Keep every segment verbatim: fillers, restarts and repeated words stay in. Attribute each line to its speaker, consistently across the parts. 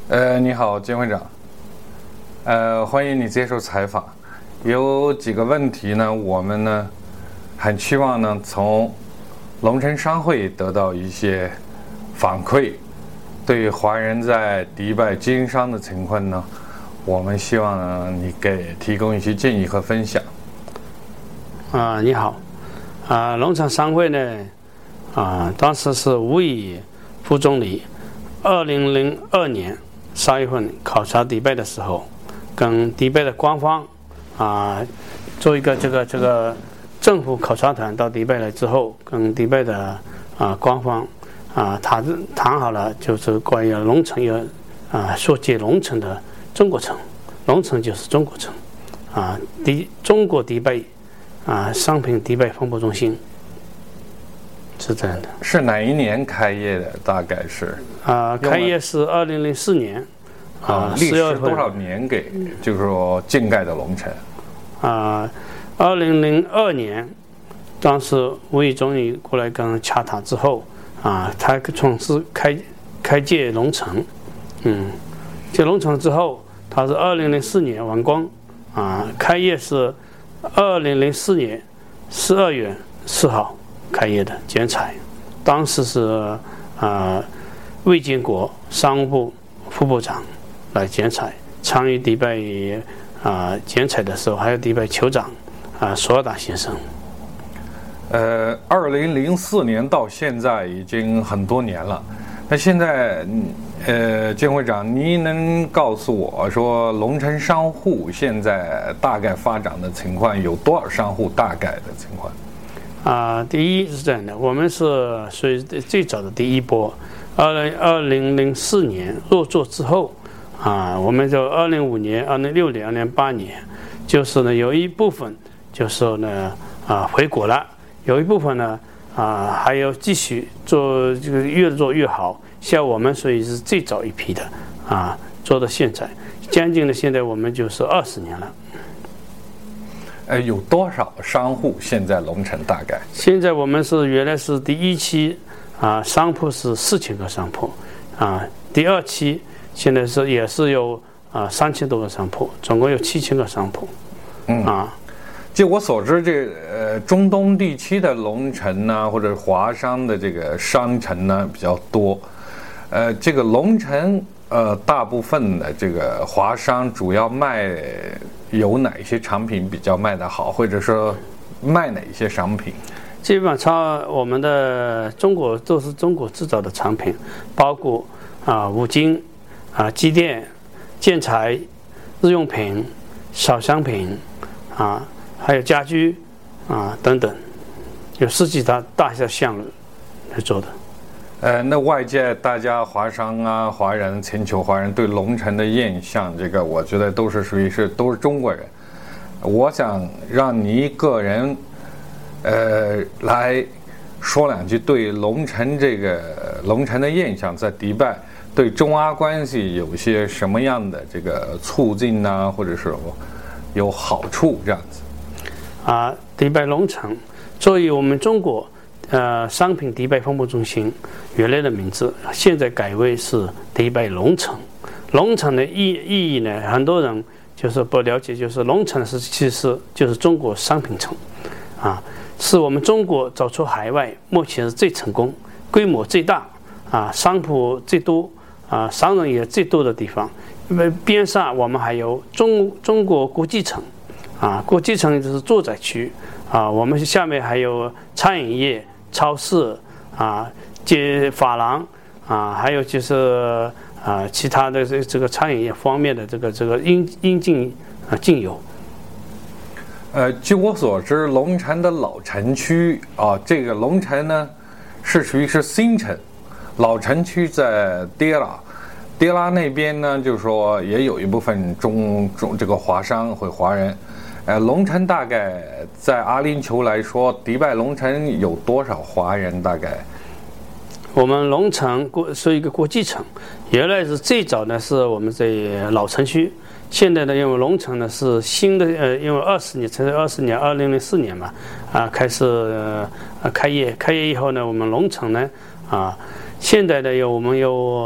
Speaker 1: 呃，你好，金会长。呃，欢迎你接受采访。有几个问题呢，我们呢很期望呢从龙城商会得到一些反馈，对华人在迪拜经商的情况呢，我们希望呢你给提供一些建议和分享。
Speaker 2: 啊，你好，啊，龙城商会呢，啊，当时是吴以副总理，二零零二年三月份考察迪拜的时候，跟迪拜的官方啊做一个这个这个政府考察团到迪拜来之后，跟迪拜的啊官方啊谈谈好了，就是关于龙城要啊设计龙城的中国城，龙城就是中国城啊，迪中国迪拜啊商品迪拜分布中心。是这样的。
Speaker 1: 是哪一年开业的？大概是
Speaker 2: 啊，开业是二零零四年
Speaker 1: 啊，历时多少年给就是说建盖的龙城？
Speaker 2: 啊，二零零二年，当时吴以总理过来跟洽谈之后啊，他从事开开建龙城，嗯，建龙城之后，他是二零零四年完工啊，开业是二零零四年十二月四号。开业的剪彩，当时是啊魏建国商务部副部长来剪彩，参与迪拜啊剪彩的时候，还有迪拜酋长啊索尔达先生。
Speaker 1: 呃，二零零四年到现在已经很多年了。那现在，呃，金会长，您能告诉我说，龙城商户现在大概发展的情况有多少商户？大概的情况？
Speaker 2: 啊，第一是这样的，我们是属于最早的第一波，二零二零零四年入座之后，啊，我们就二零五年、二零六年、二零八年，就是呢有一部分就是呢啊回国了，有一部分呢啊还要继续做，这个越做越好。像我们属于是最早一批的啊，做到现在，将近的现在我们就是二十年了。
Speaker 1: 呃，有多少商户现在龙城大概？
Speaker 2: 现在我们是原来是第一期啊，商铺是四千个商铺啊，第二期现在是也是有啊三千多个商铺，总共有七千个商铺。
Speaker 1: 嗯啊，据我所知，这呃中东地区的龙城呢，或者华商的这个商城呢比较多。呃，这个龙城呃大部分的这个华商主要卖有哪些产品比较卖得好，或者说卖哪些商品？
Speaker 2: 基本上我们的中国都是中国制造的产品，包括啊五金啊机电、建材、日用品、小商品啊，还有家居啊等等，有十几大大小项目来做的。
Speaker 1: 呃，那外界大家华商啊、华人、全球华人对龙城的印象，这个我觉得都是属于是都是中国人。我想让你个人，呃，来说两句对龙城这个龙城的印象，在迪拜对中阿关系有些什么样的这个促进呢，或者是有好处这样子？
Speaker 2: 啊，迪拜龙城作为我们中国。呃，商品迪拜分布中心原来的名字，现在改为是迪拜龙城。龙城的意意义呢，很多人就是不了解，就是龙城是其实就是中国商品城，啊，是我们中国走出海外目前是最成功、规模最大、啊商铺最多、啊商人也最多的地方。因为边上我们还有中中国国际城，啊国际城就是住宅区，啊我们下面还有餐饮业。超市啊，接发廊啊，还有就是啊，其他的这这个餐饮业方面的这个这个应应尽啊尽有。
Speaker 1: 呃，据我所知，龙城的老城区啊，这个龙城呢是属于是新城，老城区在迭拉，迭拉那边呢，就是说也有一部分中中这个华商或华人。呃，龙城大概在阿联酋来说，迪拜龙城有多少华人？大概
Speaker 2: 我们龙城国是一个国际城，原来是最早呢是我们在老城区，现在呢因为龙城呢是新的，呃，因为二十年，才二十年，二零零四年嘛，啊开始呃开业，开业以后呢，我们龙城呢啊，现在呢有我们有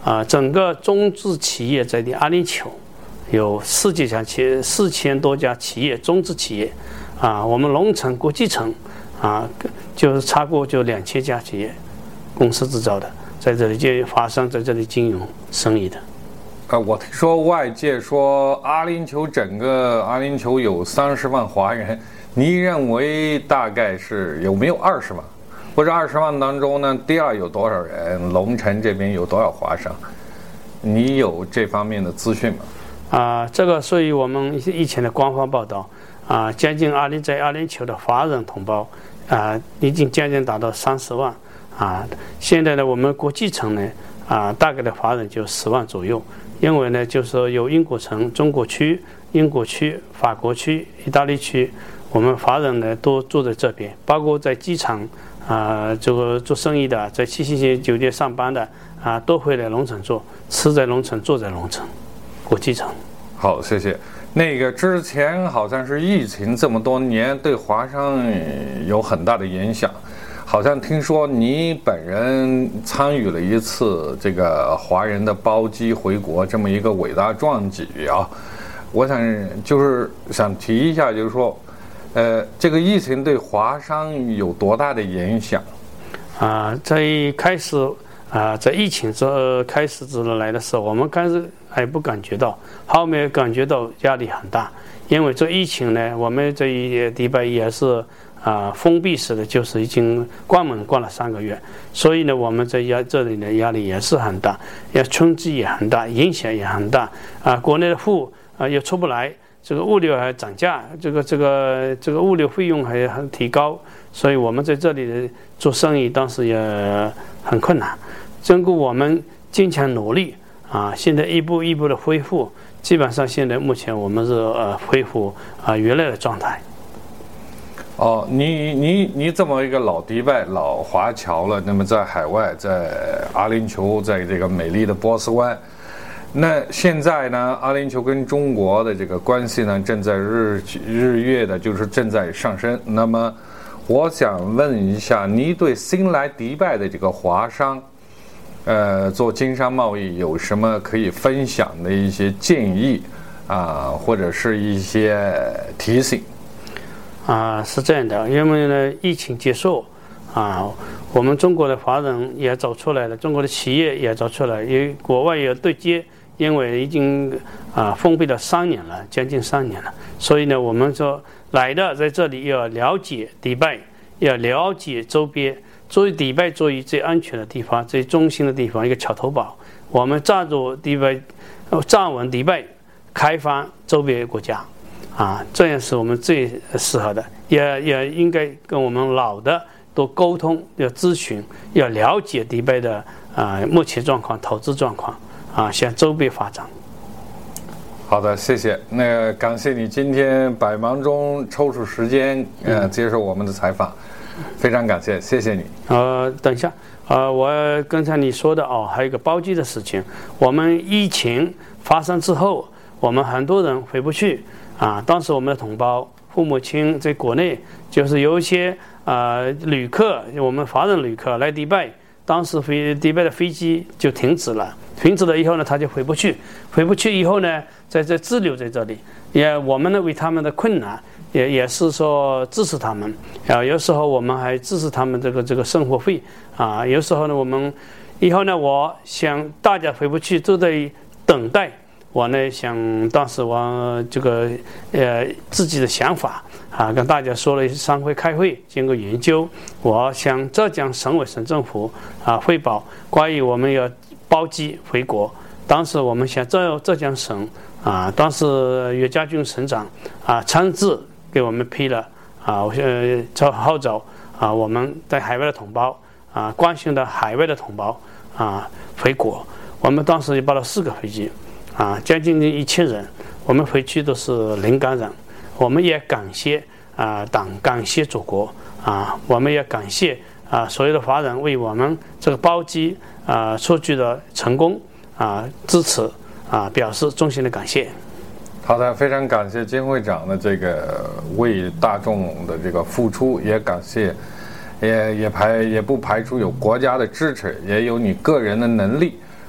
Speaker 2: 啊，整个中资企业在的阿联酋有四几家企业，四千多家企业，中资企业啊，我们龙城国际城啊，就是超过就两千家企业公司制造的，在这里就华商在这里经营生意的。
Speaker 1: 呃，我听说外界说阿联酋整个阿联酋有三十万华人，你认为大概是有没有二十万？或者二十万当中呢，第二有多少人？龙城这边有多少华商？你有这方面的资讯吗？
Speaker 2: 啊，这个属于我们以前的官方报道啊，将近阿联在阿联酋的华人同胞啊，已经将近达到三十万啊。现在呢，我们国际城呢啊，大概的华人就十万左右。因为呢，就是说有英国城、中国区、英国区、法国区、意大利区，我们华人呢都住在这边，包括在机场啊、呃，这个做生意的，在七星级酒店上班的啊，都会来龙城做，吃在龙城，坐在龙城，国际城。
Speaker 1: 好，谢谢。那个之前好像是疫情这么多年对华商有很大的影响。好像听说你本人参与了一次这个华人的包机回国这么一个伟大壮举啊，我想就是想提一下，就是说，呃，这个疫情对华商有多大的影响？
Speaker 2: 啊，在开始啊，在疫情之后开始之来的时候，我们开始还不感觉到，后面感觉到压力很大，因为这疫情呢，我们这一迪拜也是。啊，封闭式的就是已经关门关了三个月，所以呢，我们在压这里的压力也是很大，也冲击也很大，影响也很大啊。国内的货啊又出不来，这个物流还涨价，这个这个这个物流费用还很提高，所以我们在这里的做生意当时也很困难。经过我们坚强努力啊，现在一步一步的恢复，基本上现在目前我们是呃恢复啊原来的状态。
Speaker 1: 哦，你你你这么一个老迪拜、老华侨了，那么在海外，在阿联酋，在这个美丽的波斯湾，那现在呢，阿联酋跟中国的这个关系呢，正在日日月的，就是正在上升。那么，我想问一下，你对新来迪拜的这个华商，呃，做经商贸易有什么可以分享的一些建议啊，或者是一些提醒？
Speaker 2: 啊，是这样的，因为呢，疫情结束啊，我们中国的华人也走出来了，中国的企业也走出来，因为国外也对接，因为已经啊封闭了三年了，将近三年了，所以呢，我们说来的在这里要了解迪拜，要了解周边，作为迪拜作为最安全的地方、最中心的地方，一个桥头堡，我们站住迪拜，站稳迪拜，开发周边国家。啊，这样是我们最适合的，也也应该跟我们老的多沟通，要咨询，要了解迪拜的啊目前状况、投资状况啊，向周边发展。
Speaker 1: 好的，谢谢。那感谢你今天百忙中抽出时间呃接受我们的采访，非常感谢，谢谢你。
Speaker 2: 呃，等一下，呃，我刚才你说的哦，还有一个包机的事情，我们疫情发生之后，我们很多人回不去。啊，当时我们的同胞、父母亲在国内，就是有一些呃旅客，我们华人旅客来迪拜，当时飞迪拜的飞机就停止了，停止了以后呢，他就回不去，回不去以后呢，在这滞留在这里，也我们呢为他们的困难，也也是说支持他们，啊，有时候我们还支持他们这个这个生活费，啊，有时候呢我们以后呢，我想大家回不去都在等待。我呢想，当时我这个呃自己的想法啊，跟大家说了商会开会，经过研究，我向浙江省委省政府啊汇报关于我们要包机回国。当时我们向浙浙江省啊，当时岳家军省长啊亲自给我们批了啊，呃号召啊我们在海外的同胞啊，关心的海外的同胞啊回国。我们当时也包了四个飞机。啊，将近一千人，我们回去都是零感染。我们也感谢啊党，感谢祖国啊，我们也感谢啊所有的华人为我们这个包机啊出具的成功啊支持啊表示衷心的感谢。
Speaker 1: 好的，非常感谢金会长的这个为大众的这个付出，也感谢，也也排也不排除有国家的支持，也有你个人的能力。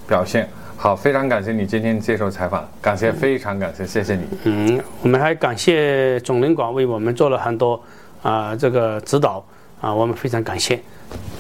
Speaker 1: 表现。好，非常感谢你今天接受采访，感谢，非常感谢，谢谢你。
Speaker 2: 嗯，我们还感谢总领馆为我们做了很多啊、呃、这个指导啊、呃，我们非常感谢。